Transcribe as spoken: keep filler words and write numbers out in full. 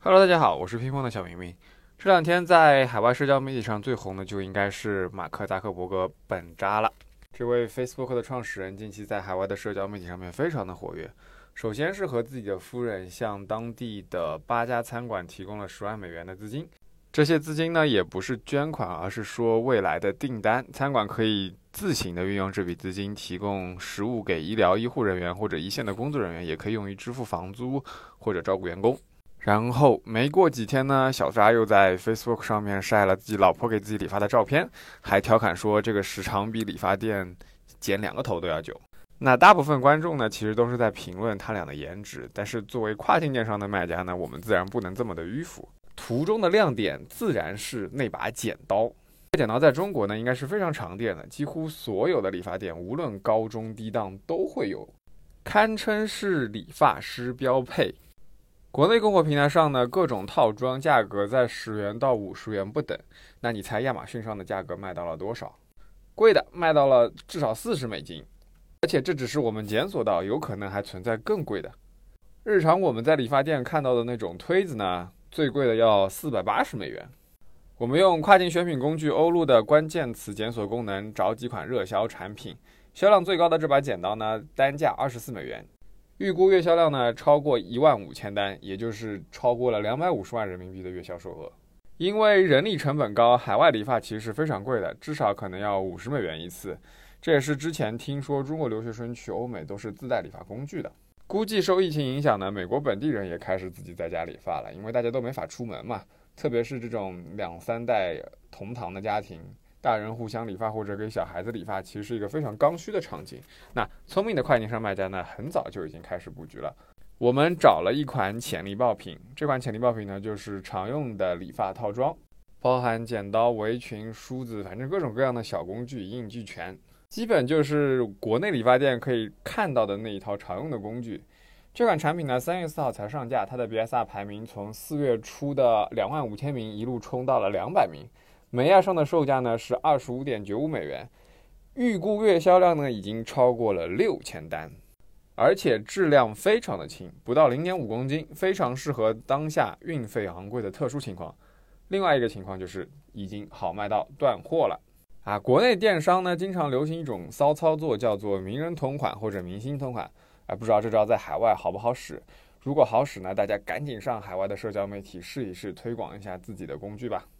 Hello，大家好，我是乒乓的小明明。这两天在海外社交媒体上最红的就应该是马克·扎克伯格本扎了。这位 Facebook 的创始人近期在海外的社交媒体上面非常的活跃。首先是和自己的夫人向当地的八家餐馆提供了十万美元的资金。这些资金呢也不是捐款，而是说未来的订单，餐馆可以自行的运用这笔资金提供食物给医疗医护人员或者一线的工作人员，也可以用于支付房租或者照顾员工。然后没过几天呢，小扎又在 Facebook 上面晒了自己老婆给自己理发的照片，还调侃说这个时长比理发店剪两个头都要久。那大部分观众呢，其实都是在评论他俩的颜值，但是作为跨境电商的卖家呢，我们自然不能这么的迂腐。图中的亮点自然是那把剪刀。剪刀在中国呢，应该是非常常见的，几乎所有的理发店，无论高中低档都会有，堪称是理发师标配。国内供货平台上呢，各种套装价格在十元到五十元不等。那你猜亚马逊上的价格卖到了多少？贵的卖到了至少四十美金，而且这只是我们检索到，有可能还存在更贵的。日常我们在理发店看到的那种推子呢，最贵的要四百八十美元。我们用跨境选品工具欧路的关键词检索功能找几款热销产品，销量最高的这把剪刀呢，单价二十四美元。预估月销量呢超过一万五千单，也就是超过了两百五十万人民币的月销售额。因为人力成本高，海外理发其实是非常贵的，至少可能要五十美元一次。这也是之前听说中国留学生去欧美都是自带理发工具的。估计受疫情影响呢，美国本地人也开始自己在家理发了，因为大家都没法出门嘛，特别是这种两三代同堂的家庭。大人互相理发或者给小孩子理发，其实是一个非常刚需的场景。那聪明的快电商卖家呢，很早就已经开始布局了。我们找了一款潜力爆品，这款潜力爆品呢，就是常用的理发套装，包含剪刀、围裙、梳子，反正各种各样的小工具一应俱全，基本就是国内理发店可以看到的那一套常用的工具。这款产品呢，三月四号才上架，它的 B S R 排名从四月初的两万五千名一路冲到了两百名。美亚上的售价呢是二十五点九五美元，预估月销量呢已经超过了六千单，而且质量非常的轻，不到零点五公斤，非常适合当下运费昂贵的特殊情况。另外一个情况就是已经好卖到断货了啊！国内电商呢经常流行一种骚操作，叫做名人同款或者明星同款，啊，不知道这招在海外好不好使？如果好使呢，大家赶紧上海外的社交媒体试一试，推广一下自己的工具吧。